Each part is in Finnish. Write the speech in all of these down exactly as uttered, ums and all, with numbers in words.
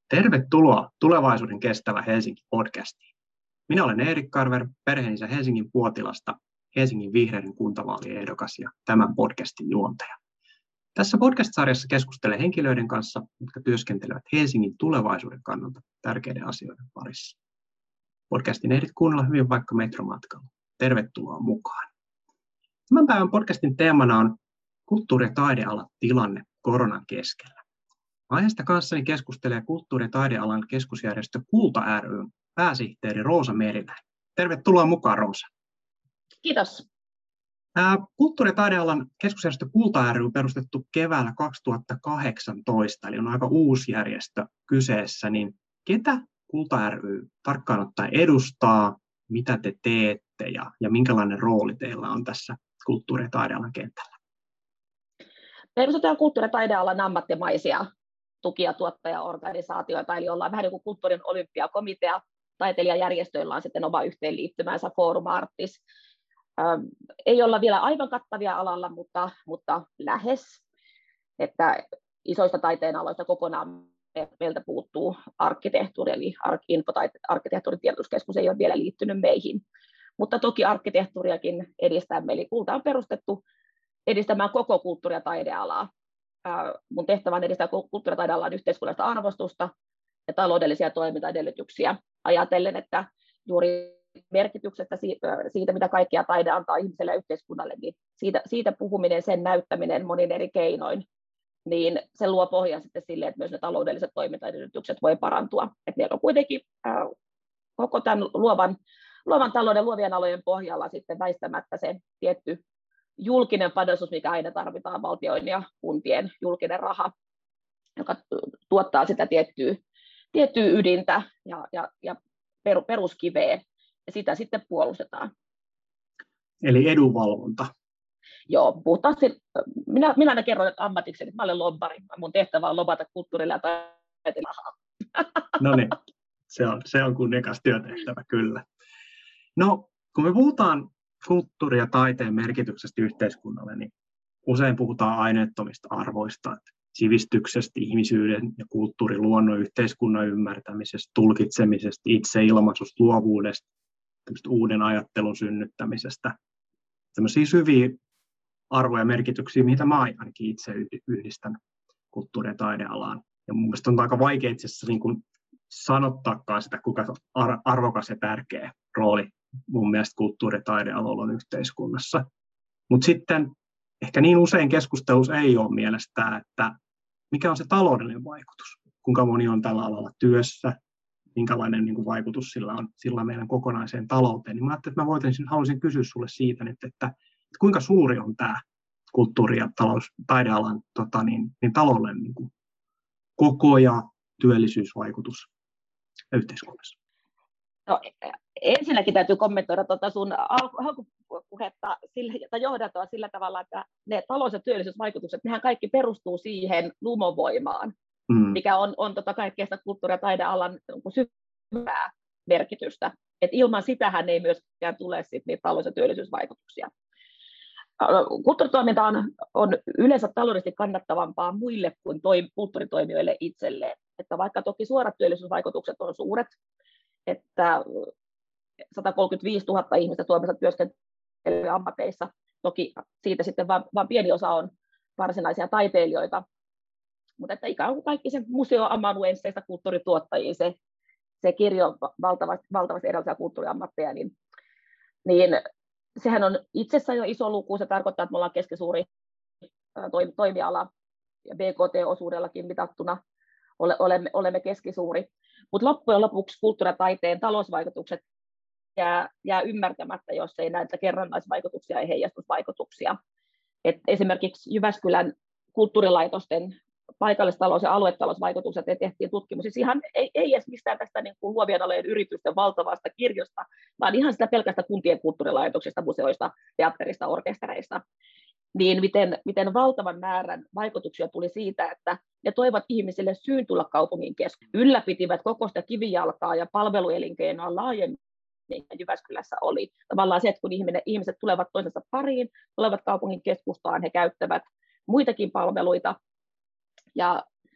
Tervetuloa Tulevaisuuden kestävä Helsinki podcastiin. Minä olen Erik Carver, perheenisä Helsingin Puotilasta, Helsingin vihreiden kuntavaaliehdokas ja tämän podcastin juontaja. Tässä podcast-sarjassa keskustelen henkilöiden kanssa, jotka työskentelevät Helsingin tulevaisuuden kannalta tärkeiden asioiden parissa. Podcastin ehdit kuunnella hyvin vaikka metromatkalla. Tervetuloa mukaan. Tämän päivän podcastin teemana on kulttuuri- ja taidealan tilanne koronan keskellä. Aiheesta kanssani keskustelee kulttuuri- ja taidealan keskusjärjestö Kulta ry:n pääsihteeri Roosa Meriläinen. Tervetuloa mukaan, Roosa. Kiitos. Kulttuuri- ja taidealan keskusjärjestö Kulta ry on perustettu keväällä kaksituhattakahdeksantoista, eli on aika uusi järjestö kyseessä. Niin ketä Kulta ry tarkkaan ottaen edustaa, mitä te teette ja, ja minkälainen rooli teillä on tässä kulttuuri- ja taidealan kentällä? Perustetaan kulttuuri- ja taidealan ammattimaisia tuki- ja tuottajaorganisaatioita, eli ollaan vähän niin kuin kulttuurin olympiakomitea. Taiteilijajärjestöillä on sitten oma yhteenliittymänsä Forum Artis. Ähm, ei olla vielä aivan kattavia alalla, mutta, mutta lähes. Että isoista taiteen aloista kokonaan meiltä puuttuu arkkitehtuuri, eli arkkitehtuurin tiedotuskeskus ei ole vielä liittynyt meihin. Mutta toki arkkitehtuuriakin edistämme, eli Kulta on perustettu edistämään koko kulttuuri- ja taidealaa. Mun tehtävä on edistää kulttuuri- ja taidealan yhteiskunnallista arvostusta ja taloudellisia toimintaedellytyksiä ajatellen, että juuri merkityksestä siitä, mitä kaikkea taide antaa ihmiselle ja yhteiskunnalle, niin siitä, siitä puhuminen, sen näyttäminen monin eri keinoin, niin se luo pohjan sitten sille, että myös ne taloudelliset toimintaedellytykset voi parantua. Et meillä on kuitenkin äh, koko tämän luovan, luovan talouden luovien alojen pohjalla sitten väistämättä se tietty julkinen panostus, mikä aina tarvitaan, valtion ja kuntien julkinen raha, joka tuottaa sitä tiettyä, tiettyä ydintä ja, ja, ja peruskiveä, ja sitä sitten puolustetaan. Eli edunvalvonta. Joo, puhtaasti. Minä, minä aina kerron ammatikseni, että mä olen lobbari. Mun tehtävä on lobata kulttuurilla ja taiteella rahaa. No niin, se on, se on kunniakas työtehtävä, kyllä. No, kun me puhutaan kulttuuri- ja taiteen merkityksestä yhteiskunnalle, niin usein puhutaan aineettomista arvoista, sivistyksestä, ihmisyyden ja kulttuurin, luonnon, yhteiskunnan ymmärtämisestä, tulkitsemisesta, itseilmaisusta, luovuudesta, uuden ajattelun synnyttämisestä. Sellaisia syviä arvoja ja merkityksiä, mitä mä ainakin itse yhdistän kulttuuri- ja taidealaan. Ja mun mielestä on aika vaikea itse asiassa niin kuin sanottaakaan sitä, kuinka arvokas ja tärkeä rooli mun mielestä kulttuuri- ja taidealalla on yhteiskunnassa. Mutta sitten ehkä niin usein keskustelussa ei ole mielestä, että mikä on se taloudellinen vaikutus, kuinka moni on tällä alalla työssä, minkälainen niin kuin vaikutus sillä on, sillä on meidän kokonaiseen talouteen. Niin mä ajattelin, että mä voisin, haluaisin kysyä sulle siitä nyt, että, että kuinka suuri on tämä kulttuuri- ja talous, taidealan tota, niin, niin taloudellinen niin kuin koko ja työllisyysvaikutus yhteiskunnassa? No, ensinnäkin täytyy kommentoida tuota sun alkupuhetta tai johdatoa sillä tavalla, että ne talous- ja työllisyysvaikutukset, nehän kaikki perustuu siihen lumovoimaan, mm. mikä on, on tota kaikkea sitä kulttuuri- ja taidealan syvää merkitystä. Et ilman sitähän ei myöskään tule sit niitä talous- ja työllisyysvaikutuksia. Kulttuuritoiminta on, on yleensä taloudellisesti kannattavampaa muille kuin toi, kulttuuritoimijoille itselleen. Että vaikka toki suorat työllisyysvaikutukset on suuret, että satakolmekymmentäviisituhatta ihmistä Suomessa työskentelee ammateissa. Toki siitä sitten vain, vain pieni osa on varsinaisia taiteilijoita, mutta että ikään kuin kaikki se museoamanuensseista kulttuurituottajia, se, se kirjo valtavasti, valtavasti erilaisia kulttuuriammatteja, niin, niin sehän on itsessään jo iso luku. Se tarkoittaa, että me ollaan keskisuuri toimiala ja B K T-osuudellakin mitattuna olemme, olemme keskisuuri. Mutta loppujen lopuksi kulttuuri- ja taiteen talousvaikutukset jää, jää ymmärtämättä, jos ei näitä kerrannaisvaikutuksia ja heijastusvaikutuksia. Et esimerkiksi Jyväskylän kulttuurilaitosten paikallistalous- ja aluetalousvaikutukset tehtiin tutkimus. Siis ihan, ei, ei edes mistään tästä niin kuin luovien alojen yritysten valtavasta kirjosta, vaan ihan sitä pelkästä kuntien kulttuurilaitoksista, museoista, teatterista, orkestereista. Niin miten, miten valtavan määrän vaikutuksia tuli siitä, että ne toivat ihmisille syyn tulla kaupungin keskuuteen. Ylläpitivät koko sitä kivijalkaa ja palveluelinkeinoa laajemmin, niin Jyväskylässä oli. Tavallaan se, että kun ihmiset tulevat toisensa pariin, tulevat kaupungin keskustaan, he käyttävät muitakin palveluita. Ja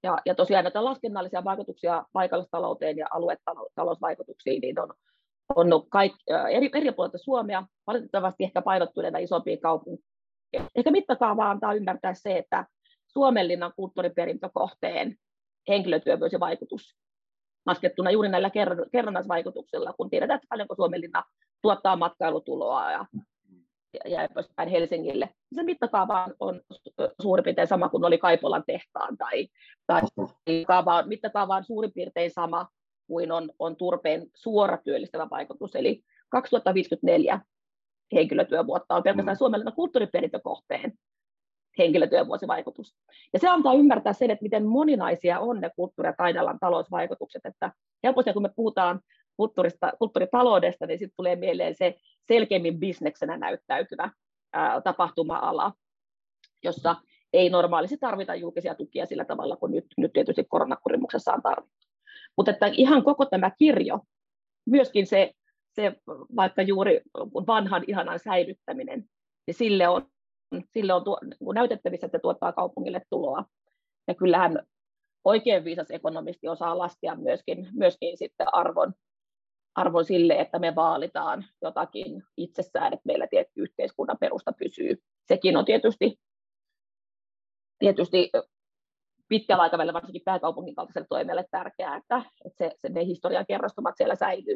Ja, ja tosiaan näitä laskennallisia vaikutuksia paikallistalouteen ja aluetalousvaikutuksiin niin on, on kaik, eri, eri puolilta Suomea, valitettavasti ehkä painottuneena isompiin kaupunkeihin. Ehkä mittakaava antaa ymmärtää se, että Suomenlinnan kulttuuriperintökohteen henkilötyövuosivaikutus laskettuna juuri näillä kerrannaisvaikutuksilla, kun tiedetään, että paljonko Suomenlinna tuottaa matkailutuloa ja, ja, ja päin Helsingille. Se mittakaava on suurin piirtein sama kuin oli Kaipolan tehtaan, tai, tai kaava, mittakaava on suurin piirtein sama kuin on, on turpeen suora työllistävä vaikutus. Eli kaksituhattaviisikymmentäneljä henkilötyövuotta on pelkästään mm. Suomenlinnan kulttuuriperintökohteen henkilötyövuosivaikutus. Ja se antaa ymmärtää sen, että miten moninaisia on ne kulttuuri- ja taidealan talousvaikutukset. Että helposti kun me puhutaan kulttuurista, kulttuuritaloudesta, niin sitten tulee mieleen se selkeämmin bisneksenä näyttäytyvä ää, tapahtuma-ala, jossa ei normaalisti tarvita julkisia tukia sillä tavalla, kuin nyt, nyt tietysti koronakurimuksessa on tarvittu. Mutta että ihan koko tämä kirjo, myöskin se, se vaikka juuri vanhan ihanan säilyttäminen, niin sille on Sille on tuo, näytettävissä, että tuottaa kaupungille tuloa. Ja kyllähän oikein viisas ekonomisti osaa laskea myöskin, myöskin sitten arvon, arvon sille, että me vaalitaan jotakin itsessään, että meillä tietty yhteiskunnan perusta pysyy. Sekin on tietysti, tietysti pitkällä aikavälillä varsinkin pääkaupungin kaltaiselle toimijalle tärkeää, että, että se, se, ne historian kerrostumat siellä säilyy.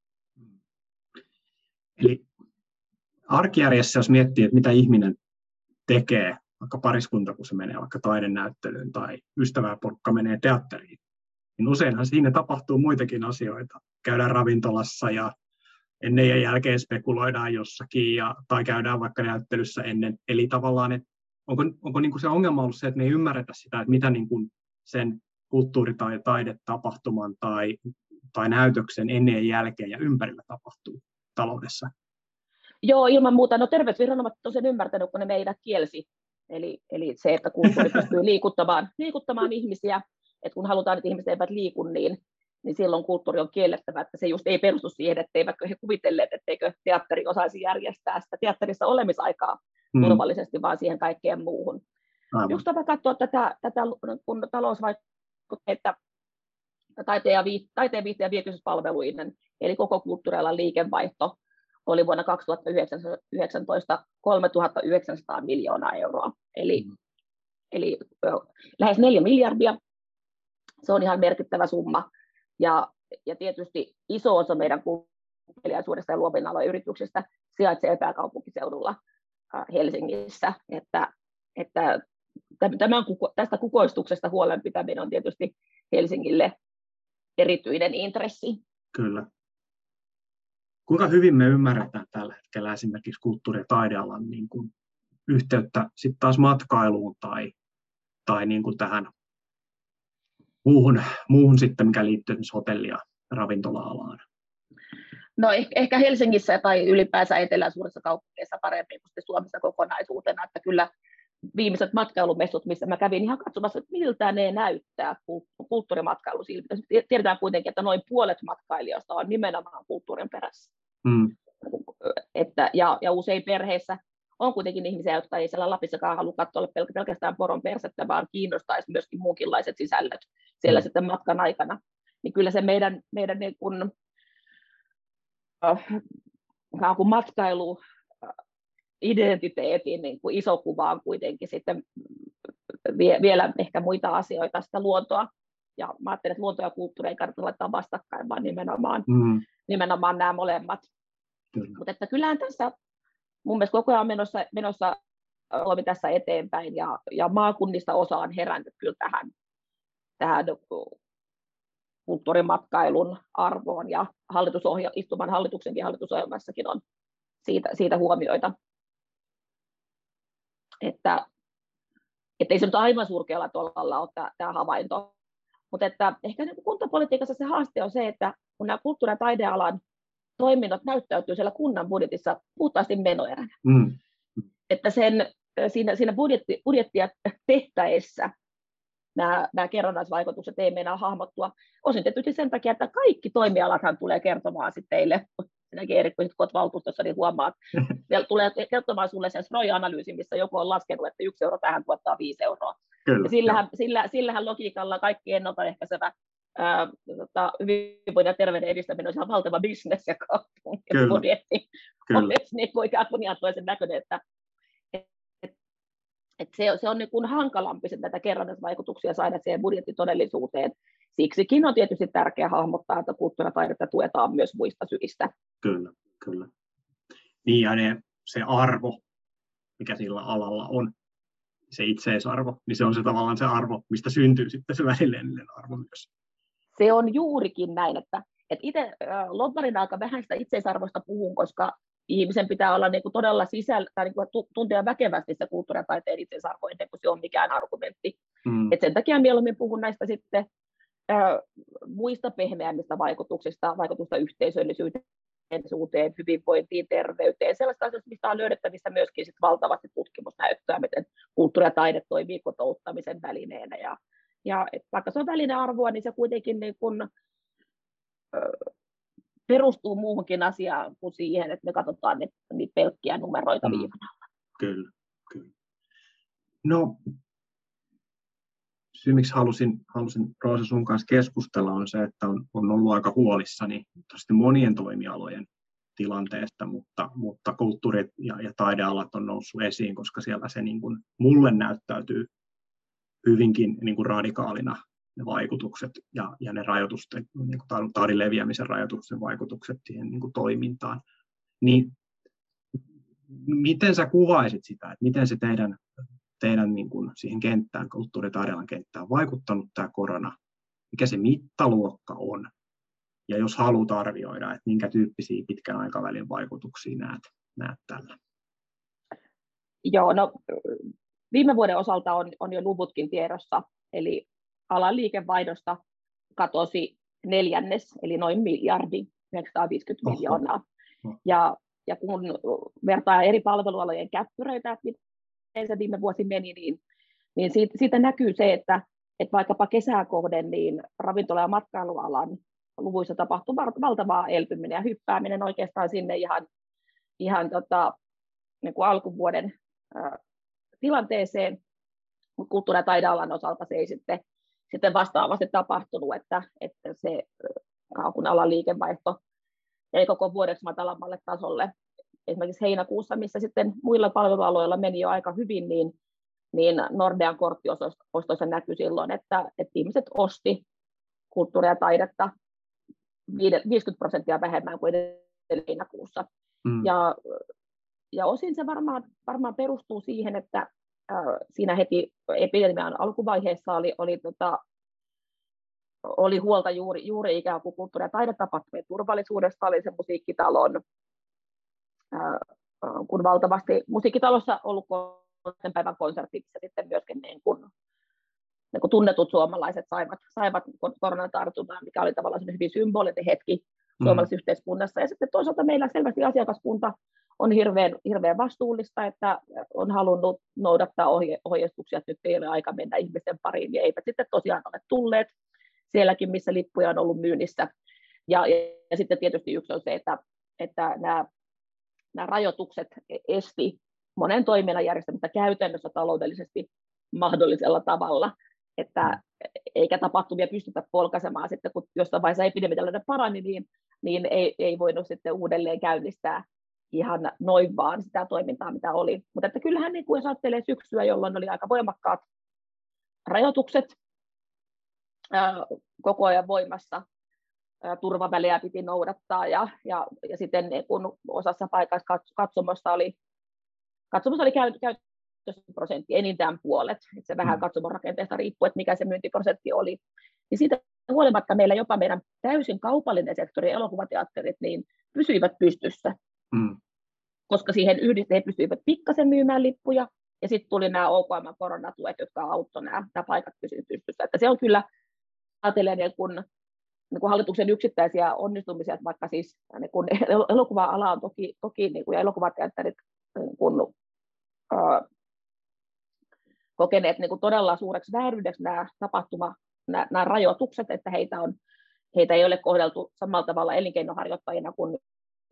Eli arkijärjessä, jos miettii, että mitä ihminen tekee, vaikka pariskunta, kun se menee vaikka taidenäyttelyyn tai ystäväporukka menee teatteriin, niin useinhan siinä tapahtuu muitakin asioita. Käydään ravintolassa ja ennen ja jälkeen spekuloidaan jossakin, ja, tai käydään vaikka näyttelyssä ennen. Eli tavallaan, että onko, onko niin kuin se ongelma ollut se, että me ei ymmärretä sitä, että mitä niin kuin sen kulttuuri- tai taidetapahtuman tai, tai näytöksen ennen ja jälkeen ja ympärillä tapahtuu taloudessa? Joo, ilman muuta. No terveysviranomaiset on sen ymmärtänyt, kun ne meidät kielsi. Eli, eli se, että kulttuuri pystyy liikuttamaan, liikuttamaan ihmisiä, että kun halutaan, että ihmiset eivät liiku, niin, niin silloin kulttuuri on kiellettävä, että se just ei perustu siihen, etteivätkö he kuvitelleet, etteikö teatteri osaisi järjestää sitä teatterissa olemisaikaa mm. turvallisesti, vaan siihen kaikkeen muuhun. Aivan. Yksi tapa katsoa tätä, tätä kun talousvaikutteita taiteen ja, viit, taiteen viihteen ja viihtyisyyspalveluiden, eli koko kulttuurialan liikevaihto, oli vuonna kaksituhattayhdeksäntoista kolmetuhattayhdeksänsataa miljoonaa euroa, eli, mm. eli lähes neljä miljardia. Se on ihan merkittävä summa, ja, ja tietysti iso osa meidän kuuntelijaisuudesta ja luovien alojen yrityksistä sijaitsee pääkaupunkiseudulla äh, Helsingissä, että, että tämän, tästä kukoistuksesta huolenpitäminen on tietysti Helsingille erityinen intressi. Kyllä. Kuinka hyvin me ymmärretään tällä hetkellä esimerkiksi kulttuuri- ja taidealan niin kuin yhteyttä sitten taas matkailuun tai, tai niin kuin tähän muuhun, muuhun sitten, mikä liittyy esimerkiksi hotelli- ja ravintola-alaan? No ehkä Helsingissä tai ylipäänsä etelän suurissa kaupungeissa paremmin kuin Suomessa kokonaisuutena, että kyllä viimeiset matkailumessut, missä mä kävin ihan katsomassa, että miltä ne näyttää kulttuurimatkailu. Tiedetään kuitenkin, että noin puolet matkailijoista on nimenomaan kulttuurin perässä. Mm. Että, ja, ja usein perheissä on kuitenkin ihmisiä, jotka ei siellä Lapissakaan halua katsoa pelkästään poron persettä, vaan kiinnostaisi myöskin muunkinlaiset sisällöt siellä mm. sitten matkan aikana. Niin kyllä se meidän, meidän niin kuin, äh, kuin matkailu identiteetin niin kuin iso kuva on kuitenkin sitten vie, vielä ehkä muita asioita, sitä luontoa. Ja mä ajattelen, että luonto ja kulttuuri ei kannata laittaa vastakkain, vaan nimenomaan, mm. nimenomaan nämä molemmat. Kyllä. Mutta että kyllähän tässä mun mielestä koko ajan menossa, menossa olemme tässä eteenpäin, ja, ja maakunnista osa on herännyt kyllä tähän, tähän kulttuurimatkailun arvoon, ja hallitusohja, istuvan hallituksenkin hallitusohjelmassakin on siitä, siitä huomioita. Että, että ei se nyt aivan surkealla tolalla ole tämä, tämä havainto, mutta että ehkä niin kuntapolitiikassa se haaste on se, että kun nämä kulttuuri- ja taidealan toiminnot näyttäytyy siellä kunnan budjetissa puhtaasti menoeränä, mm. että sen, siinä, siinä budjetti, budjettia tehtäessä nämä, nämä kerrannaisvaikutukset ei meinaa hahmottua, osin tietysti sen takia, että kaikki toimialathan tulee kertomaan sitten teille sinäkin Erik, kun olet valtuustossa, niin huomaat, että tulee kertomaan sinulle sen S R O I-analyysin, missä joku on laskenut, että yksi euro tähän tuottaa viisi euroa. Kyllä, ja sillähän, sillä, sillähän logiikalla kaikki ennaltaehkäisevä ää, tota, hyvinvoinnin ja terveyden edistäminen on ihan valtava bisnes ja kaupungin budjetti. Olisi niin kuin ikään kuin toisen näköinen, että et, et, et se, se on niin kuin hankalampi näitä kerrannaisvaikutuksia saada siihen budjettitodellisuuteen. Siksikin on tietysti tärkeää hahmottaa, että kulttuuritaidetta tuetaan myös muista syistä. Kyllä, kyllä. Niin ja ne, se arvo, mikä sillä alalla on, se itseisarvo, niin se on se tavallaan se arvo, mistä syntyy sitten se välillinen arvo myös. Se on juurikin näin, että, että itse äh, lobbarina aika vähän sitä itseisarvosta puhun, koska ihmisen pitää olla niin kuin todella sisällä, tai niin kuin tuntea väkevästi se kulttuurin ja taiteen itseisarvo, ennen kuin se on mikään argumentti. Mm. Et sen takia mieluummin puhun näistä sitten äh, muista pehmeämmistä vaikutuksista, vaikutusta yhteisöllisyyteen, hyvinvointiin, terveyteen, sellaista asioista, mistä on löydettävissä myöskin sit valtavasti tutkimusnäyttöä, miten kulttuuri ja taide toimii kotouttamisen välineenä. Ja, ja et vaikka se on välinearvoa, niin se kuitenkin niin kun, ö, perustuu muuhunkin asiaan kuin siihen, että me katsotaan niitä, niitä pelkkiä numeroita mm. viivan alla. Kyllä, kyllä. No, syy, miksi halusin, halusin Roosa sun kanssa keskustella, on se, että on, on ollut aika huolissani monien toimialojen tilanteesta, mutta, mutta kulttuuri- ja, ja taidealat on noussut esiin, koska siellä se niin kuin, mulle näyttäytyy hyvinkin niin kuin radikaalina ne vaikutukset ja, ja ne rajoitusten, niin kuin taudin leviämisen rajoituksen vaikutukset siihen niin kuin toimintaan. Niin, miten sä kuvaisit sitä, että miten se teidän teidän niin kuin siihen kenttään, kulttuuri- ja taidealan kenttään on vaikuttanut tämä korona, mikä se mittaluokka on, ja jos haluat arvioida, että minkä tyyppisiä pitkän aikavälin vaikutuksia näet, näet tällä? Joo, no viime vuoden osalta on, on jo luvutkin tiedossa, eli alan liikevaihdosta katosi neljännes, eli noin miljardi, yhdeksänsataaviisikymmentä miljoonaa. Ja, ja kun vertaa eri palvelualojen käppyröitä, että miten se viime vuosi meni, niin, niin siitä, siitä näkyy se, että, että vaikkapa kesää kohden niin ravintola- ja matkailualan luvuissa tapahtuu valtavaa elpyminen ja hyppääminen oikeastaan sinne ihan, ihan tota, niin kuin alkuvuoden ä, tilanteeseen, mutta kulttuuri- ja taidealan osalta se ei sitten, sitten vastaavasti tapahtunut, että, että se kun alan liikevaihto ei koko vuodeksi matalammalle tasolle. Esimerkiksi heinäkuussa, missä sitten muilla palvelualoilla meni jo aika hyvin, niin, niin Nordean korttiostoissa näkyi silloin, että, että ihmiset osti kulttuuria ja taidetta viisikymmentä prosenttia vähemmän kuin heinäkuussa. Mm. Ja, ja osin se varmaan, varmaan perustuu siihen, että äh, siinä heti epidemian alkuvaiheessa oli, oli, tota, oli huolta juuri, juuri ikään kuin kulttuuri- ja taidetapahtumien turvallisuudesta, oli se musiikkitalon, kun valtavasti musiikkitalossa on ollut kolmen päivän konsertti, missä sitten myöskin niin kuin, niin kuin tunnetut suomalaiset saivat, saivat koronatartunnan, mikä oli tavallaan hyvin symbolinen hetki mm. suomalaisessa yhteiskunnassa. Ja sitten toisaalta meillä selvästi asiakaskunta on hirveän, hirveän vastuullista, että on halunnut noudattaa ohje, ohjeistuksia, että nyt ei ole aika mennä ihmisten pariin, niin eivät sitten tosiaan ole tulleet sielläkin, missä lippuja on ollut myynnissä. Ja, ja, ja sitten tietysti yksi on se, että, että nämä Nämä rajoitukset esti monen toiminnan järjestämistä käytännössä taloudellisesti mahdollisella tavalla, että eikä tapahtumia pystytä polkaisemaan sitten, kun jossain vaiheessa epidemia parani, niin, niin ei, ei voinut sitten uudelleen käynnistää ihan noin vaan sitä toimintaa, mitä oli. Mutta että kyllähän niin kuin jos ajattelee syksyä, jolloin oli aika voimakkaat rajoitukset ää, koko ajan voimassa, turvavälejä piti noudattaa ja, ja, ja sitten kun osassa paikassa katsomossa oli, katsomossa oli käytössä prosentti, enintään puolet, että se vähän katsomon rakenteesta riippuu, että mikä se myyntiprosentti oli. Niin siitä huolimatta meillä jopa meidän täysin kaupallinen sektori, elokuvateatterit, niin pysyivät pystyssä, mm. koska siihen yhdistä he pystyivät pikkasen myymään lippuja, ja sitten tuli nämä O K M-koronatuet, jotka auttoi nämä, nämä paikat pysyä pystyssä. Että se on kyllä, ajatellen, kun niin kuin hallituksen yksittäisiä onnistumisia, että vaikka siis niin kuin elokuva-ala on toki, toki niin kuin, ja elokuvateatterit niin kuin, äh, kokeneet niin kuin todella suureksi vääryydeksi nämä tapahtuma, nämä, nämä rajoitukset, että heitä, on, heitä ei ole kohdeltu samalla tavalla elinkeinoharjoittajina kuin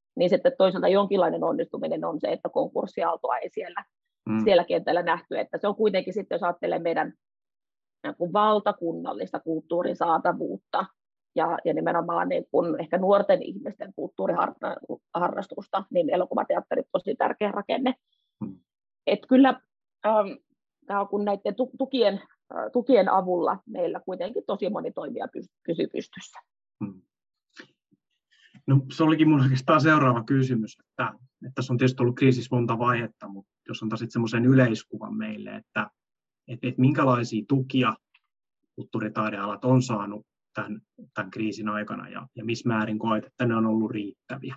niin sitten toisaalta jonkinlainen onnistuminen on se, että konkurssiaaltoa ei siellä, mm. siellä kentällä nähty. Että se on kuitenkin sitten, jos ajattelee meidän valtakunnallista kulttuurin saatavuutta ja, ja nimenomaan niin kun ehkä nuorten ihmisten kulttuuriharrastusta, niin elokuvateatteri on tosi tärkeä rakenne. Mm. Että kyllä ähm, kun näiden tukien, tukien avulla meillä kuitenkin tosi moni toimija pysyy pystyssä. Mm. No, se olikin minulla oikeastaan seuraava kysymys, että, että tässä on tietysti ollut kriisissä monta vaihetta, mutta jos antaisit semmoisen yleiskuvan meille, että, että, että minkälaisia tukia kulttuuritaidealat on saanut tämän, tämän kriisin aikana ja, ja missä määrin koet, että ne on ollut riittäviä?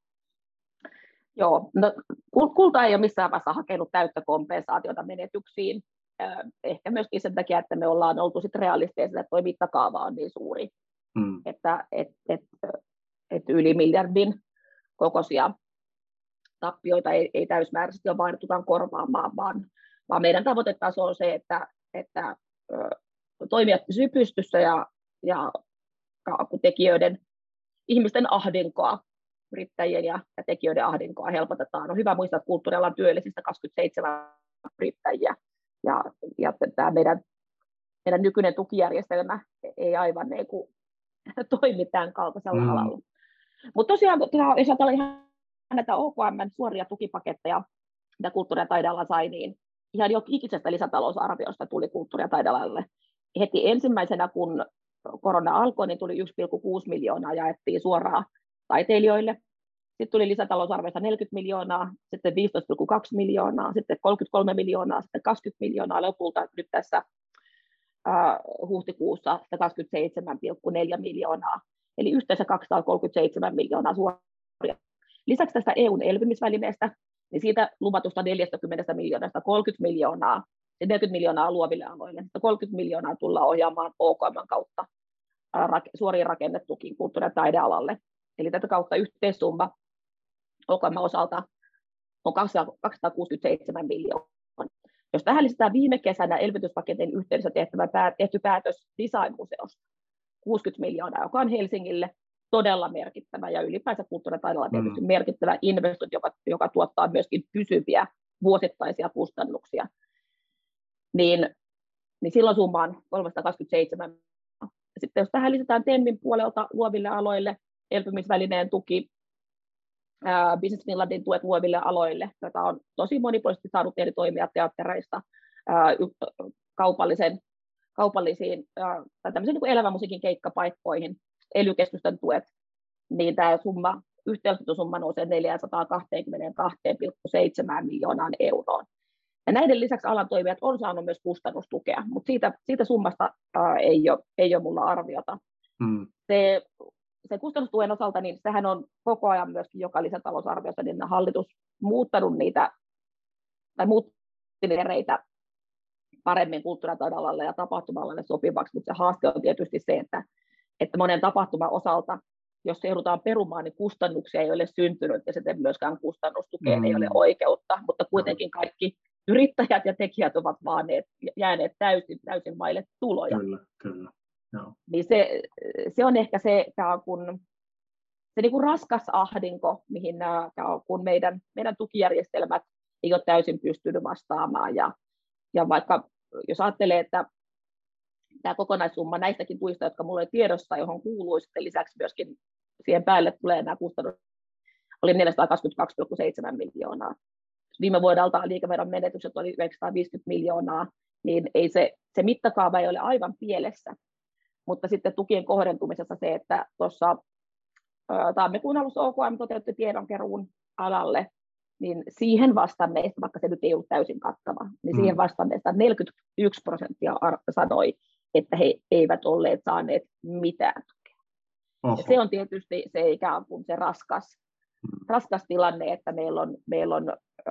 Joo, no, Kulta ei ole missään vaiheessa hakenut täyttä kompensaatiota menetyksiin. Ehkä myöskin sen takia, että me ollaan oltu sit realistisia, että tuo mittakaava on niin suuri, mm. että et, et, että yli miljardin kokoisia tappioita ei, ei täysmääräisesti ole vaadittukaan korvaamaan, vaan, vaan meidän tavoitetaso on se, että, että ö, toimijat pysyvät pystyssä ja, ja tekijöiden, ihmisten ahdinkoa, yrittäjien ja, ja tekijöiden ahdinkoa helpotetaan. On hyvä muistaa, että kulttuurialan työllisistä kaksikymmentäseitsemän yrittäjiä ja, ja tämä meidän, meidän nykyinen tukijärjestelmä ei aivan niin kuin toimi tämän kaltaisella mm. alalla. Mutta tosiaan, jos ajatellaan ihan näitä O K M:n suoria tukipaketteja, mitä kulttuuri- ja taideala sai, niin ihan jo ikisestä lisätalousarviosta tuli kulttuuri- ja taidealalle. Heti ensimmäisenä, kun korona alkoi, niin tuli yksi pilkku kuusi miljoonaa jaettiin suoraan taiteilijoille. Sitten tuli lisätalousarviosta neljäkymmentä miljoonaa, sitten viisitoista pilkku kaksi miljoonaa, sitten kolmekymmentäkolme miljoonaa, sitten kaksikymmentä miljoonaa lopulta nyt tässä uh, huhtikuussa kaksikymmentäseitsemän pilkku neljä miljoonaa. Eli yhteensä kaksisataakolmekymmentäseitsemän miljoonaa suoria. Lisäksi tästä E U:n elpymisvälineestä, niin siitä luvatusta neljäkymmentä miljoonasta kolmekymmentä miljoonaa, neljäkymmentä miljoonaa luoville aloille, kolmekymmentä miljoonaa tullaan ohjaamaan O K M:n kautta suoriin rakennetukiin kulttuuri- ja taidealalle. Eli tätä kautta yhteissumma O K M:n osalta on kaksisataakuusikymmentäseitsemän miljoonaa. Jos tähän lisätään viime kesänä elvytyspaketin yhteydessä tehtävä tehty päätös Design-museosta, kuusikymmentä miljoonaa, joka on Helsingille todella merkittävä ja ylipäänsä kulttuuri- ja taidealalla tietysti mm. merkittävä investointi, joka, joka tuottaa myöskin pysyviä vuosittaisia kustannuksia, niin, niin silloin summa on kolmesataakaksikymmentäseitsemän. Sitten jos tähän lisätään TEMin puolelta luoville aloille, elpymisvälineen tuki, ää, Business Finlandin tuet luoville aloille, joita on tosi monipuolisesti saanut eri toimijat teattereista, ää, kaupallisen, kaupallisiin ää, tai tämmöisen niin kuin elävän musiikin keikkapaikkoihin, E L Y-keskusten tuet, niin tämä summa, yhteenlaskettu summa nousee neljäsataakaksikymmentäkaksi pilkku seitsemän miljoonaan euroon. Ja näiden lisäksi alan toimijat on saanut myös kustannustukea, mutta siitä, siitä summasta ää, ei, ole, ei ole mulla arviota. Hmm. Se, se kustannustuen osalta, niin sehän on koko ajan myöskin joka lisätalousarviossa, niin hallitus muuttanut niitä, tai muuttinereitä paremmin kulttuuri- ja taidealalle ja tapahtuma-alalle sopivaksi, mutta se haaste on tietysti se, että, että monen tapahtuman osalta, jos se joudutaan perumaan, niin kustannuksia ei ole syntynyt ja sitten myöskään kustannustukeen mm. ei ole oikeutta, mutta kuitenkin kaikki yrittäjät ja tekijät ovat vaaneet, jääneet täysin, täysin maille tuloja. Kyllä, kyllä. Joo. Niin se, se on ehkä se, kun, se niin kuin raskas ahdinko, mihin nämä, kun meidän, meidän tukijärjestelmät ei ole täysin pystynyt vastaamaan. Ja, ja vaikka jos ajattelee, että tämä kokonaissumma näistäkin tuista, jotka minulla oli tiedossa, johon kuuluu sitten lisäksi myöskin siihen päälle tulee nämä kustannukset, oli neljäsataakaksikymmentäkaksi pilkku seitsemän miljoonaa. Viime vuodelta liikevaihdon menetykset oli yhdeksänsataaviisikymmentä miljoonaa, niin ei se, se mittakaava ei ole aivan pielessä. Mutta sitten tukien kohdentumisessa se, että tuossa tammikuun alussa O K M toteutti tiedonkeruun alalle, niin siihen vastanneista, vaikka se nyt ei ollut täysin kattava, niin siihen vastanneista neljäkymmentäyksi prosenttia sanoi, että he eivät olleet saaneet mitään tukea. Ja se on tietysti se ikään kuin se raskas, raskas tilanne, että meillä on, meillä on ö,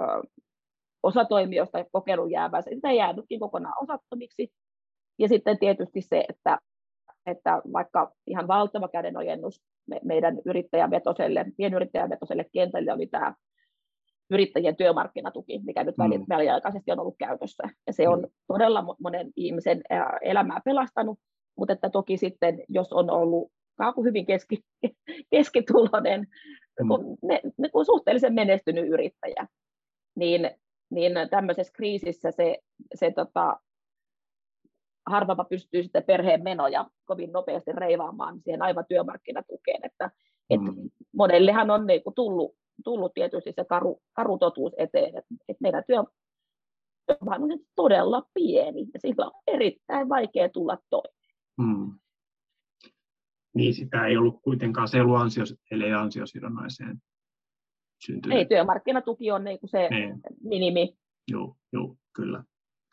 osa toimijoista kokenut jäävänsä, sitä jäänytkin kokonaan osattomiksi. Ja sitten tietysti se, että, että vaikka ihan valtava kädenojennus me, meidän yrittäjävetoselle, pienyrittäjävetoselle kentälle oli tämä yrittäjien työmarkkinatuki, mikä nyt mm. väliaikaisesti on ollut käytössä. Ja se on mm. todella monen ihmisen elämää pelastanut, mutta että toki sitten, jos on ollut hyvin keski, keskituloinen kun ne, ne, kun suhteellisen menestynyt yrittäjä, niin, niin tämmöisessä kriisissä se, se tota, harvapa pystyy sitten perheen menoja kovin nopeasti reivaamaan siihen aivan työmarkkinatukeen, että et mm. monellehan on niin kuin tullut, tullut tietysti se karu, karu totuus eteen, että et meidän työ on todella pieni ja sillä on erittäin vaikea tulla toimeen. Mm. Niin sitä ei ollut kuitenkaan, se ei ollut ansios, eli ansiosidonnaiseen syntynyt. Ei, työmarkkinatuki on niin kuin se niin. minimi. Joo, joo, kyllä.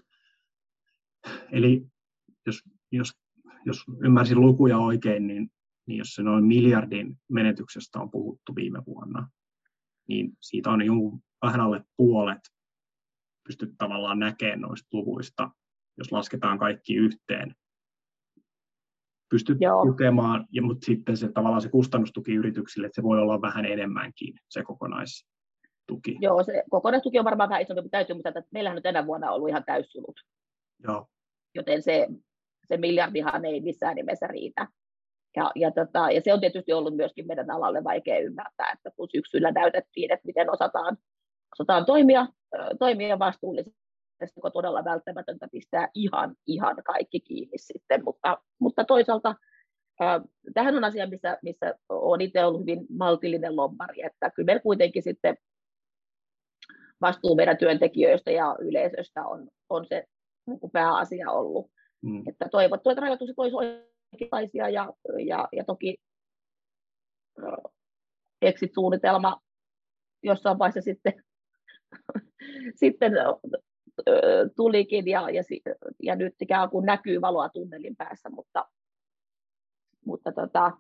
Eli jos, jos, jos ymmärsin lukuja oikein, niin, niin jos se noin miljardin menetyksestä on puhuttu viime vuonna, niin siitä on jonkun vähän alle puolet pystyt tavallaan näkemään noista luvuista, jos lasketaan kaikki yhteen. Pystyt Joo. tukemaan, ja, mutta sitten se, tavallaan se kustannustuki yrityksille, että se voi olla vähän enemmänkin se kokonaistuki. Joo, se kokonaistuki on varmaan vähän isompi, mutta täytyy muistaa, että meillähän nyt tänä vuonna on ollut ihan täyssulut. Joo. Joten se, se miljardihan ei missään nimessä riitä. Ja, ja, tota, ja se on tietysti ollut myöskin meidän alalle vaikea ymmärtää, että kun syksyllä näytettiin, että miten osataan, osataan toimia, toimia vastuullisesti, kun todella välttämätöntä pistää ihan, ihan kaikki kiinni sitten, mutta, mutta toisaalta äh, tähän on asia, missä, missä olen itse ollut hyvin maltillinen lobbari, että kyllä meillä kuitenkin sitten vastuu meidän työntekijöistä ja yleisöstä on, on se niin pääasia ollut, mm. että toivottu, että rajoitukset olisi oikeanlaisia ja, ja, ja toki äh, exit-suunnitelma jossain vaiheessa sitten, sitten tulikin ja, ja, ja nyt ikään kuin näkyy valoa tunnelin päässä, mutta, mutta tota,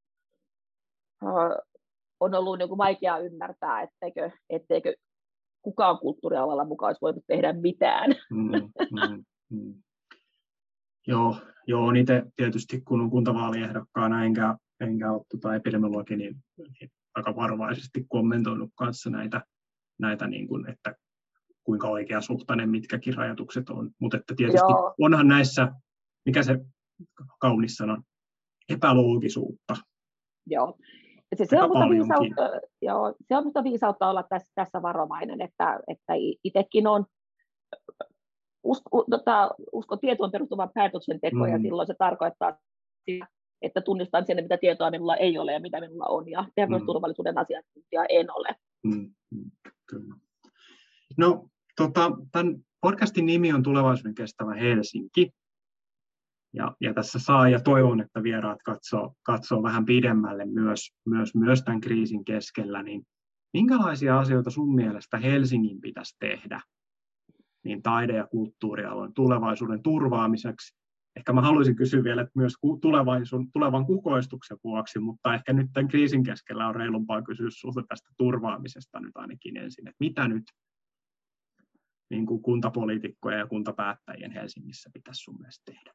on ollut niin kuin vaikea ymmärtää, etteikö, etteikö kukaan kulttuurialalla mukaan olisi voinut tehdä mitään. Mm, mm, mm. Joo, joo, itse tietysti kun on kuntavaaliehdokkaana enkä, enkä ole tuota epidemiologi, niin, niin aika varovaisesti kommentoinut kanssa näitä, näitä niin kuin, että kuinka oikeasuhtainen mitkäkin rajoitukset on, mutta että tietysti Joo. onhan näissä, mikä se kaunis sana, epäloogisuutta. Joo, se, se, on musta viisautta, joo, se on musta viisautta olla tässä, tässä varovainen, että, että itsekin on usko, tota, usko tietoon perustuvan päätöksentekoon, mm. ja silloin se tarkoittaa sitä, että tunnistan sen, mitä tietoa minulla ei ole ja mitä minulla on, ja terveysturvallisuuden mm. asiantuntija en ole. Mm. Kyllä. No, Tota, tämän podcastin nimi on Tulevaisuuden kestävä Helsinki. Ja, ja tässä saa ja toivon, että vieraat katsoo, katsoo vähän pidemmälle myös, myös, myös tämän kriisin keskellä. Niin minkälaisia asioita sun mielestä Helsingin pitäisi tehdä niin taide- ja kulttuurialojen tulevaisuuden turvaamiseksi? Ehkä mä haluaisin kysyä vielä myös tulevan kukoistuksen vuoksi, mutta ehkä nyt tämän kriisin keskellä on reilumpaa kysyä sulta tästä turvaamisesta nyt ainakin ensin. Että mitä nyt niin kuin kuntapoliitikkojen ja kuntapäättäjien Helsingissä pitäisi sun mielestä tehdä?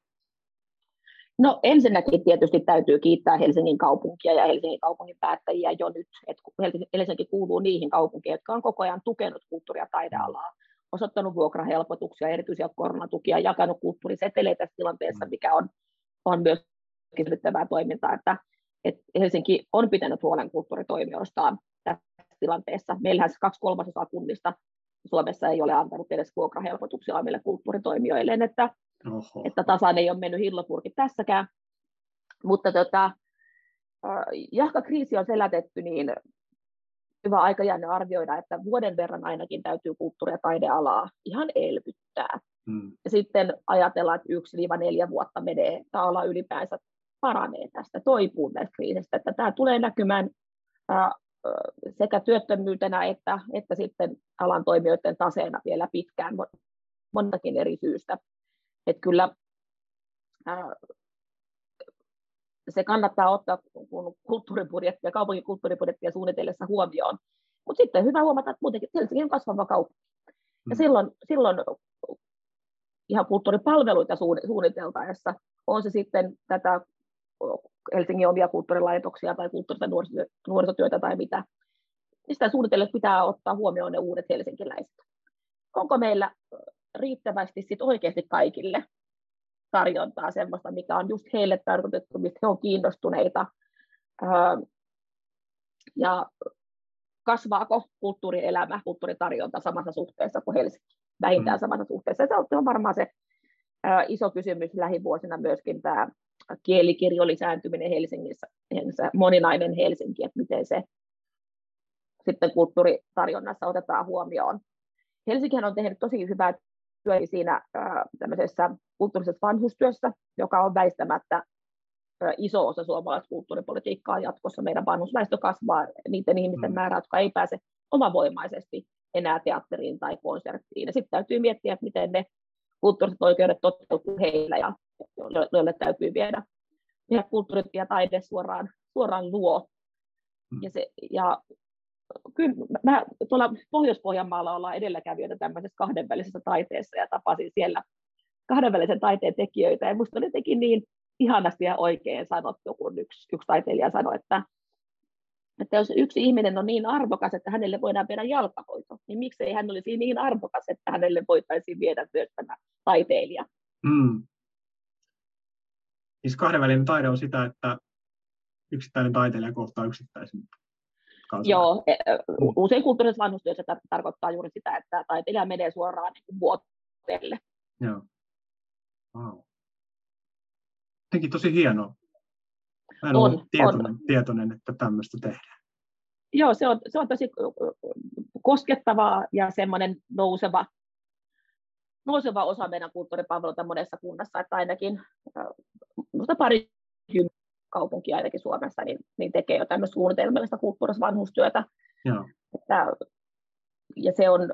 No ensinnäkin tietysti täytyy kiittää Helsingin kaupunkia ja Helsingin kaupungin päättäjiä jo nyt, että Helsinki kuuluu niihin kaupunkiin, jotka on koko ajan tukenut kulttuuri- ja taidealaa, osoittanut vuokrahelpotuksia, erityisiä koronatukia, jakanut kulttuuriseteleitä tässä tilanteessa, mikä on, on myös kiinnittävää toimintaa, että, että Helsinki on pitänyt huolen kulttuuritoimijoistaan tässä tilanteessa. Meillähän kaksi kolmasosaa kunnista Suomessa ei ole antanut edes vuokrahelpotuksia omille kulttuuritoimijoille, että, että tasaan ei ole mennyt hillopurkit tässäkään. Mutta tota, jahka kriisi on selätetty, niin hyvä aikajänne arvioida, että vuoden verran ainakin täytyy kulttuuri- ja taidealaa ihan elvyttää. Hmm. Ja sitten ajatellaan, että yksi neljä vuotta menee, että ala ylipäänsä paranee tästä, toipuu tästä kriisistä, että tämä tulee näkymään sekä työttömyytenä että, että sitten alan toimijoiden taseena vielä pitkään montakin eri syystä. Että kyllä ää, se kannattaa ottaa kun kulttuuribudjettia ja kaupungin kulttuuribudjettia suunnitellessa huomioon. Mutta sitten hyvä huomata, että muutenkin Helsinki on kasvava kaupunki. Ja silloin, silloin ihan kulttuuripalveluita suunniteltaessa on se sitten tätä Helsingin omia kulttuurilaitoksia tai kulttuurista nuorisotyötä tai mitä. Sitä suunnitellen pitää ottaa huomioon ne uudet helsinkiläiset. Onko meillä riittävästi sit oikeasti kaikille tarjontaa semmoista, mikä on just heille tarkoitettu, mistä he on kiinnostuneita. Ja kasvaako kulttuurielämä, kulttuuritarjonta samassa suhteessa kuin Helsinki, vähintään Mm. samassa suhteessa. Se on varmaan se ää, iso kysymys lähivuosina myöskin tämä kielikirjon lisääntyminen Helsingissä, moninainen Helsinki, että miten se sitten kulttuuritarjonnassa otetaan huomioon. Helsinkihän on tehnyt tosi hyvää työtä siinä ää, tämmöisessä kulttuurisessa vanhustyössä, joka on väistämättä ää, iso osa suomalaista kulttuuripolitiikkaa jatkossa. Meidän vanhusväestö kasvaa, niiden ihmisten määrä, jotka ei pääse omavoimaisesti enää teatteriin tai konserttiin. Ja sitten täytyy miettiä, että miten ne kulttuuriset oikeudet toteutuu heillä, ja joille täytyy viedä, viedä kulttuurit ja taide suoraan, suoraan luo. Ja, se, ja kyllä mä, tuolla Pohjois-Pohjanmaalla ollaan edelläkävijöitä tämmöisessä kahdenvälisessä taiteessa, ja tapasin siellä kahdenvälisen taiteen tekijöitä, ja musta oli jotenkin niin ihanasti ja oikein sanottu, kun yksi, yksi taiteilija sanoi, että, että jos yksi ihminen on niin arvokas, että hänelle voidaan viedä jalkahoito, niin miksei hän olisi niin arvokas, että hänelle voitaisiin viedä myös tämä taiteilija. Mm. Siis kahdenvälinen taide on sitä, että yksittäinen taiteilija kohtaa yksittäisen kansalaisen. Joo, usein kulttuurisessa vanhustyössä tar- tarkoittaa juuri sitä, että taiteilija menee suoraan niin vuoteelle. Joo. Wow. Jotenkin tosi hienoa. Mä en on, ole tietoinen, on. tietoinen, että tämmöistä tehdään. Joo, se on, se on tosi koskettavaa ja semmoinen nouseva, nouseva osa meidän kulttuuripalveluita monessa kunnassa, että ainakin minusta parikymmentä kaupunkia ainakin Suomessa niin, niin tekee jo tämmöistä suunnitelmallista kulttuurista vanhustyötä. Joo. Että, ja se on,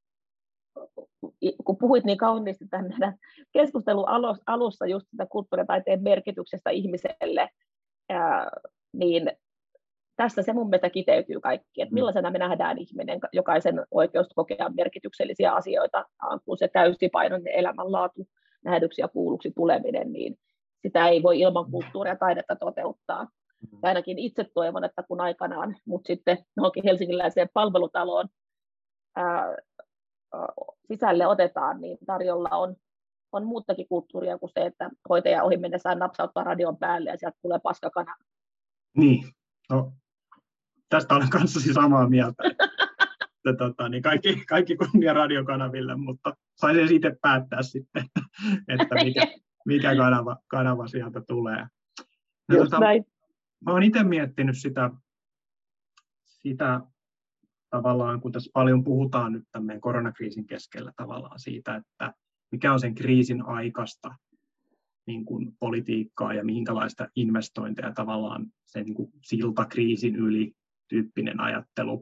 kun puhuit niin kauniisti tämän meidän keskustelun alussa just sitä kulttuuritaiteen merkityksestä ihmiselle, ää, niin tässä se mun mielestä kiteytyy kaikki, että millaisena me nähdään ihminen, jokaisen oikeus kokea merkityksellisiä asioita, kun se täysipainoinen elämänlaatu nähdyksi ja kuulluksi tuleminen, niin sitä ei voi ilman kulttuuria ja taidetta toteuttaa. Mm-hmm. Ainakin itse toivon, että kun aikanaan mut sitten johonkin helsinkiläiseen palvelutaloon ää, sisälle otetaan, niin tarjolla on, on muutakin kulttuuria kuin se, että hoitaja ohi mennessään napsauttaa radion päälle ja sieltä tulee paskakana. Niin, no, tästä olen kanssasi samaa mieltä. Että, tota, niin kaikki, kaikki kunnia radiokanaville, mutta saisi itse päättää sitten, että mikä, mikä kanava, kanava sieltä tulee. No, tota, mä olen itse miettinyt sitä, sitä tavallaan, kun tässä paljon puhutaan nyt tämän koronakriisin keskellä tavallaan siitä, että mikä on sen kriisin aikaista niin kuin politiikkaa ja minkälaista investointeja tavallaan se niin kuin siltakriisin yli tyyppinen ajattelu.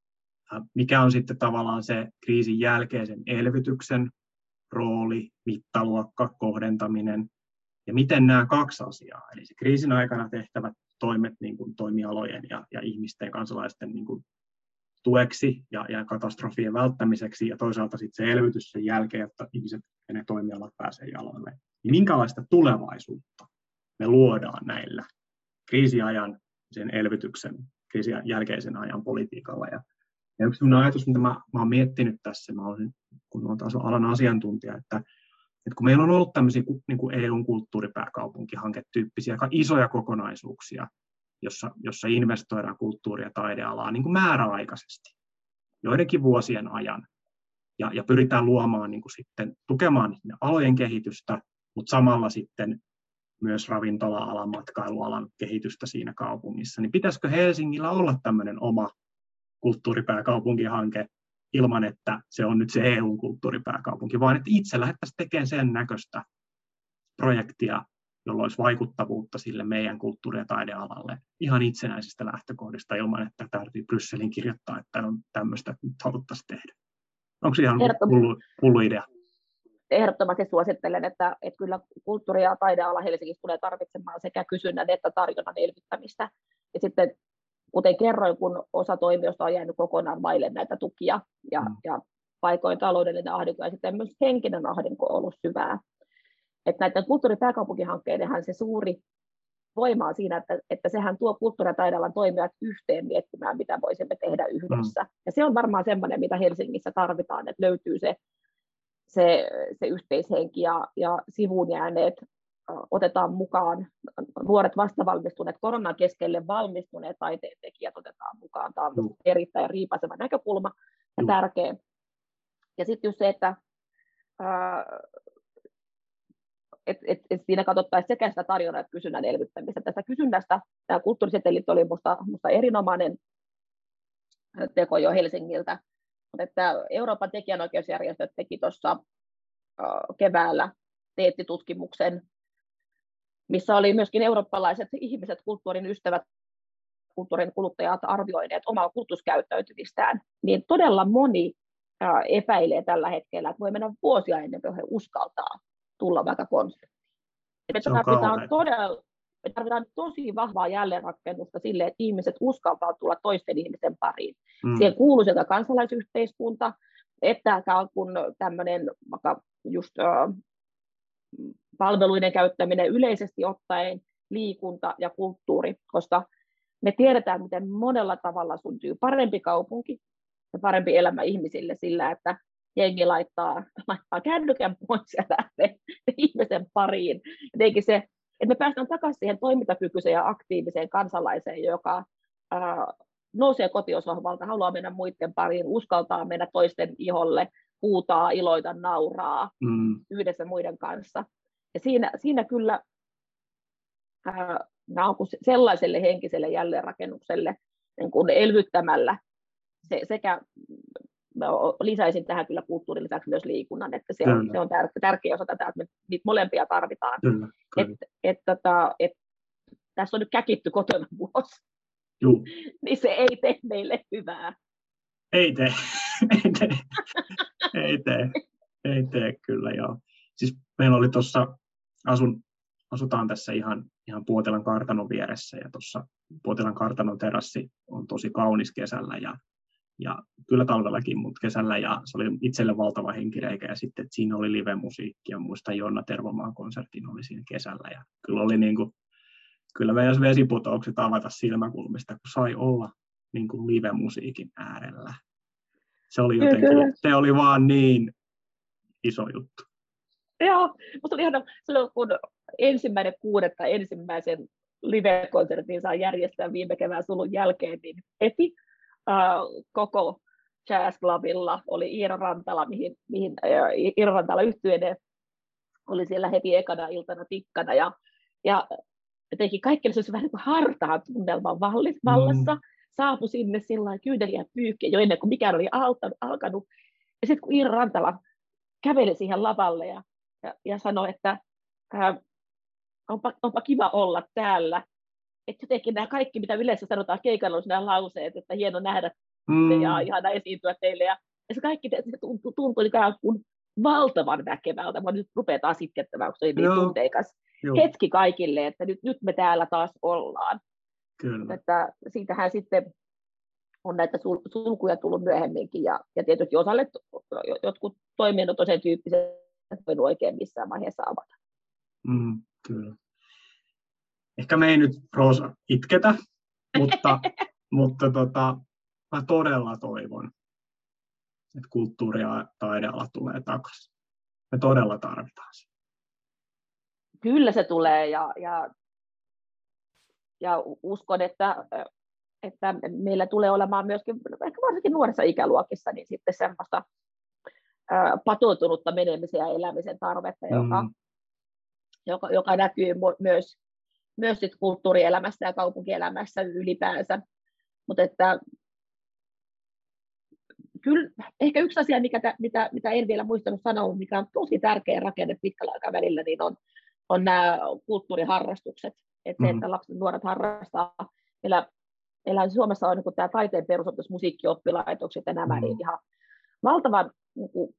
Mikä on sitten tavallaan se kriisin jälkeisen elvytyksen rooli, mittaluokka, kohdentaminen ja miten nämä kaksi asiaa, eli se kriisin aikana tehtävät toimet niin kuin toimialojen ja, ja ihmisten ja kansalaisten niin kuin tueksi ja, ja katastrofien välttämiseksi ja toisaalta sitten se elvytys sen jälkeen, että ihmiset ja ne toimialat pääsee jaloille. Niin minkälaista tulevaisuutta me luodaan näillä kriisiajan, sen elvytyksen, kriisin jälkeisen ajan politiikalla. Ja, ja yksi sellainen ajatus, mitä mä, mä oon miettinyt tässä, mä olen, kun olen taas alan asiantuntija, että, että kun meillä on ollut tämmöisiä niin kuin E U:n kulttuuripääkaupunkihanketyyppisiä aika isoja kokonaisuuksia, jossa, jossa investoidaan kulttuuri- ja taidealaan niin kuin määräaikaisesti joidenkin vuosien ajan ja, ja pyritään luomaan niin kuin sitten, tukemaan alojen kehitystä, mutta samalla sitten myös ravintola-alan, matkailualan kehitystä siinä kaupungissa, niin pitäisikö Helsingillä olla tämmöinen oma kulttuuripääkaupunkihanke ilman, että se on nyt se E U:n kulttuuripääkaupunki, vaan että itse lähdettäisiin tekemään sen näköistä projektia, jolla olisi vaikuttavuutta sille meidän kulttuuri- ja taidealalle ihan itsenäisistä lähtökohdista ilman, että täytyy Brysselin kirjoittaa, että on tämmöistä, että nyt haluttaisiin tehdä. Onko se ihan hullu, hullu idea? Ehdottomasti suosittelen, että, että kyllä kulttuuri- ja taideala Helsingissä tulee tarvitsemaan sekä kysynnän että tarjonnan elvyttämistä. Ja sitten, kuten kerroin, kun osa toimijoista on jäänyt kokonaan vaille näitä tukia ja, mm. ja paikoin taloudellinen ahdinko ja sitten myös henkinen ahdinko on ollut syvää. Että näiden kulttuuripääkaupunkihakkeiden se suuri voima on siinä, että, että sehän tuo kulttuuri- ja taidealan toimijat yhteen miettimään, mitä voisimme tehdä yhdessä. Mm. Ja se on varmaan semmoinen, mitä Helsingissä tarvitaan, että löytyy se, se, se yhteishenki ja, ja sivuun jääneet otetaan mukaan. Nuoret vastavalmistuneet, koronan keskelle valmistuneet taiteentekijät otetaan mukaan. suuntaan. Tämä on mm. erittäin riipaiseva näkökulma ja mm. tärkeä. Ja sitten just se, että ää, et, et, et siinä katsottaisiin sekä sitä tarjonnan että kysynnän elvyttämistä. Tästä kysynnästä tämä kulttuurisetelit oli minusta, minusta erinomainen teko jo Helsingiltä, mutta että Euroopan tekijänoikeusjärjestöt teki tuossa keväällä teetti tutkimuksen, missä oli myöskin eurooppalaiset ihmiset, kulttuurin ystävät, kulttuurin kuluttajat arvioineet omaa kulutuskäyttäytymistään, niin todella moni epäilee tällä hetkellä, että voi mennä vuosia ennen kuin he uskaltaa tulla vaikka konserttiin. Me tarvitaan, todella, me tarvitaan tosi vahvaa jälleenrakennusta sille, että ihmiset uskaltaa tulla toisten ihmisten pariin. Mm. Siihen kuuluu sekä kansalaisyhteiskunta, että kun tämmöinen vaikka just uh, palveluiden käyttäminen yleisesti ottaen, liikunta ja kulttuuri, koska me tiedetään, miten monella tavalla syntyy parempi kaupunki ja parempi elämä ihmisille sillä, että jengi laittaa, laittaa kännykän pois ja lähtee ihmisen pariin. Jotenkin se, että me päästään takaisin siihen toimintakykyiseen ja aktiiviseen kansalaiseen, joka ää, nousee kotiosohvalta, haluaa mennä muiden pariin, uskaltaa mennä toisten iholle, huutaa, iloita, nauraa mm. yhdessä muiden kanssa. Ja siinä, siinä kyllä ää, sellaiselle henkiselle jälleenrakennukselle niin kuin elvyttämällä se, sekä lisäisin tähän kyllä kulttuurin lisäksi myös liikunnan, että se on, se on tär, tärkeä osa tätä, että me niitä molempia tarvitaan. Kyllä, kyllä. Et, et, tota, et, tässä on nyt käkitty kotona vuosi, Juh. niin se ei tee meille hyvää. Ei tee, ei tee, ei tee, ei tee kyllä joo. Siis meillä oli tuossa, asun, asutaan tässä ihan, ihan Puotilan kartanon vieressä ja tuossa Puotilan kartanon terassi on tosi kaunis kesällä ja Ja kyllä talvellakin, mutta kesällä, ja se oli itselle valtava henkireikä, ja sitten, että siinä oli live-musiikki, ja muistan Jonna Tervomaan konsertin oli siinä kesällä, ja kyllä oli niin kuin, kyllä meidän vesiputoukset avata silmäkulmista, kun sai olla niin kuin live-musiikin äärellä. Se oli jotenkin, kyllä. Se oli vaan niin iso juttu. Joo, musta oli ihana, silloin kun ensimmäinen kuudetta ensimmäisen live-konsertin saa järjestää viime kevään sulun jälkeen, niin heti Uh, koko Jazz Clubilla oli Iiro Rantala, mihin, mihin uh, Iiro Rantala yhtyeinen oli siellä heti ekana iltana tikkana, ja, ja jotenkin kaikki oli vähän niin kuin hartaan tunnelman vallassa, mm. saapui sinne sillä kyydeliä pyykkiä jo ennen kuin mikään oli alkanut, ja sitten kun Iiro Rantala käveli siihen lavalle ja, ja, ja sanoi, että uh, onpa, onpa kiva olla täällä, että jotenkin nämä kaikki, mitä yleensä sanotaan keikalla, on nämä lauseet, että hieno nähdä mm. ja ihana esiintyä teille. Ja, ja se kaikki se tuntui, tuntui ikään kuin valtavan väkevältä. Mä nyt rupean taas itkettämään, kun se oli niin tunteikas hetki kaikille, että nyt, nyt me täällä taas ollaan. Kyllä. Että siitähän sitten on näitä sul, sulkuja tullut myöhemminkin. Ja, ja tietysti osalle jotkut toiminnot on sen tyyppiset, että voinut oikein missään vaiheessa avata. Mm, kyllä. Ehkä me ei nyt, Roosa, itketä, mutta, mutta tota, mä todella toivon, että kulttuuri- ja taideala tulee takaisin. Me todella tarvitaan sitä. Kyllä se tulee, ja, ja, ja uskon, että, että meillä tulee olemaan myöskin, ehkä varsinkin nuorissa ikäluokissa, niin sitten semmoista ää, patoutunutta menemisen ja elämisen tarvetta, mm. joka, joka, joka näkyy myös myös sit kulttuurielämässä ja kaupunkielämässä ylipäänsä. Mutta että kyllä ehkä yksi asia, mikä, mitä, mitä en vielä muistanut sanoa, mikä on tosi tärkeä rakenne pitkällä aikavälillä, niin on, on nämä kulttuuriharrastukset. Että mm-hmm. se, että lapset ja nuoret harrastaa. Meillä, meillä Suomessa on niin tämä taiteen perusopetus, musiikkioppilaitokset ja nämä, mm-hmm. niin ihan valtavan niin kuin,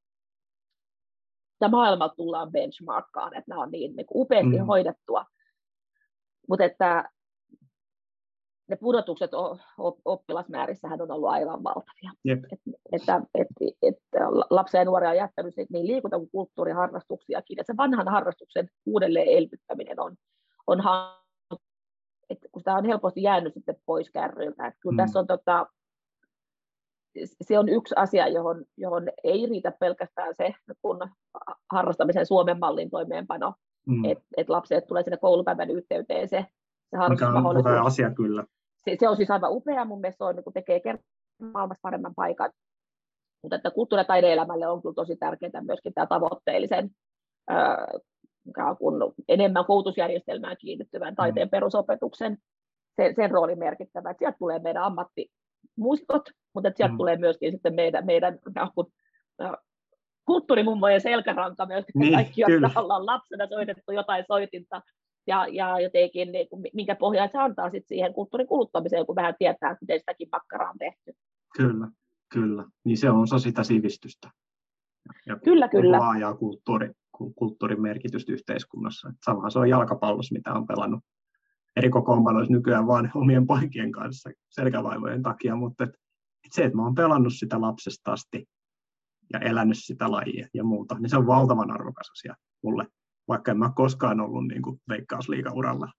tämä maailmalta tullaan benchmarkkaan, että nämä on niin, niin upeasti mm-hmm. hoidettua. Mutta että ne pudotukset oppilasmäärissähän on ollut aivan valtavia. Yep. Et, että et, et lapsia ja nuoria on jättänyt niin liikunta- kuin kulttuuriharrastuksiakin. Ja se vanhan harrastuksen uudelleen elvyttäminen on, on että kun sitä on helposti jäänyt sitten pois kärryiltä. Että kyllä mm. tässä on, tota, se on yksi asia, johon, johon ei riitä pelkästään se, kun harrastamisen Suomen mallin toimeenpano, mm. että et lapset tulee sinne koulupäivän yhteyteen se, se harrastusmahdollisuus. Mikä on hyvä asia kyllä. se, se on siis aivan upea, mun mielestä se on, niin tekee maailmassa paremman paikan. Mutta että kulttuuri- ja taide-elämälle on kyllä tosi tärkeää myöskin tämä tavoitteellisen, ää, kun enemmän koulutusjärjestelmään kiinnittyvän taiteen mm. perusopetuksen, sen, sen rooli merkittävä. Sieltä tulee meidän ammattimuusikot, mutta sieltä mm. tulee myöskin sitten meidän, meidän kun, ää, kulttuurimummojen selkäranka myöskin, niin, kaikki, jotka ollaan lapsena soitettu jotain soitinta, ja, ja jotenkin, niin, minkä pohjaa se antaa sit siihen kulttuurin kuluttamiseen, kun vähän tietää, miten sitäkin makkaraa on tehty. Kyllä, kyllä. Niin se on osa sitä sivistystä. Ja kyllä, kyllä. Laajaa kulttuuri, kulttuurin merkitystä yhteiskunnassa. Samahan se on jalkapallossa, mitä on pelannut eri kokoonpanoissa nykyään vain omien poikien kanssa selkävaivojen takia, mutta et, et se, että mä oon pelannut sitä lapsesta asti ja elänyt sitä lajia ja muuta, niin se on valtavan arvokas asia mulle, vaikka en mä koskaan ollut niin kuin Veikkausliigauralla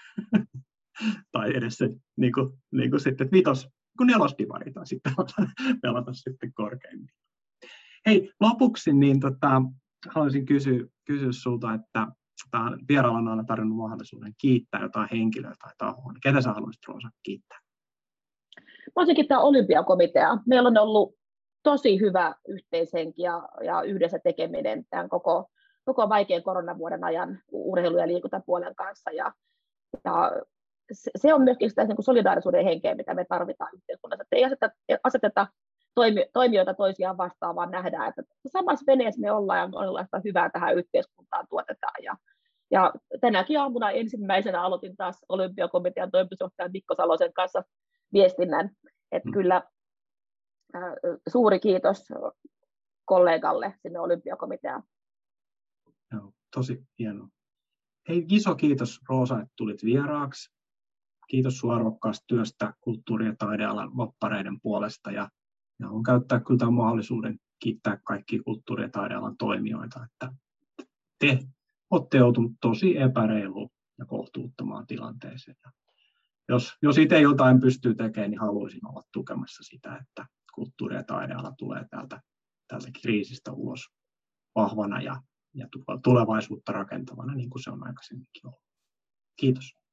tai edes se niin kuin, niin kuin sitten vitos, kun nelosdivari tai sitten pelata, pelata sitten korkeimmin. Hei, lopuksi niin tota, haluaisin kysyä, kysyä sulta, että vieraalla on aina tarjonnut mahdollisuuden kiittää jotain henkilöä tai tahoa. Ketä sä haluaisit, Roosa, kiittää? Mä olisin kiittää Olympiakomiteaa. Meillä on ollut tosi hyvä yhteishenki ja, ja yhdessä tekeminen tämän koko, koko vaikean koronavuoden ajan urheilu- ja liikuntapuolen kanssa. Ja, ja se on myöskin sitä niin kuin solidaarisuuden henkeä, mitä me tarvitaan yhteiskunnassa. Että ei aseteta, aseteta toimi, toimijoita toisiaan vastaan, vaan nähdään, että samassa veneessä me ollaan ja monenlaista hyvää tähän yhteiskuntaan tuotetaan. Ja, ja tänäkin aamuna ensimmäisenä aloitin taas Olympiakomitean toimitusjohtajan Mikko Salosen kanssa viestinnän. Että mm. kyllä äh, suuri kiitos kollegalle sinne Olympiakomiteaan. Joo, tosi hienoa. Hei, iso kiitos, Roosa, että tulit vieraaksi. Kiitos sun arvokkaasta työstä kulttuuri- ja taidealan lobbareiden puolesta. Ja, ja haluan käyttää kyllä tämän mahdollisuuden kiittää kaikkia kulttuuri- ja taidealan toimijoita, että te olette joutuneet tosi epäreiluun ja kohtuuttomaan tilanteeseen. Ja jos, jos itse jotain pystyy tekemään, niin haluaisin olla tukemassa sitä, että kulttuuri- ja taideala tulee täältä, täältä kriisistä ulos vahvana ja, ja tulevaisuutta rakentavana, niin kuin se on aikaisemminkin ollut. Kiitos.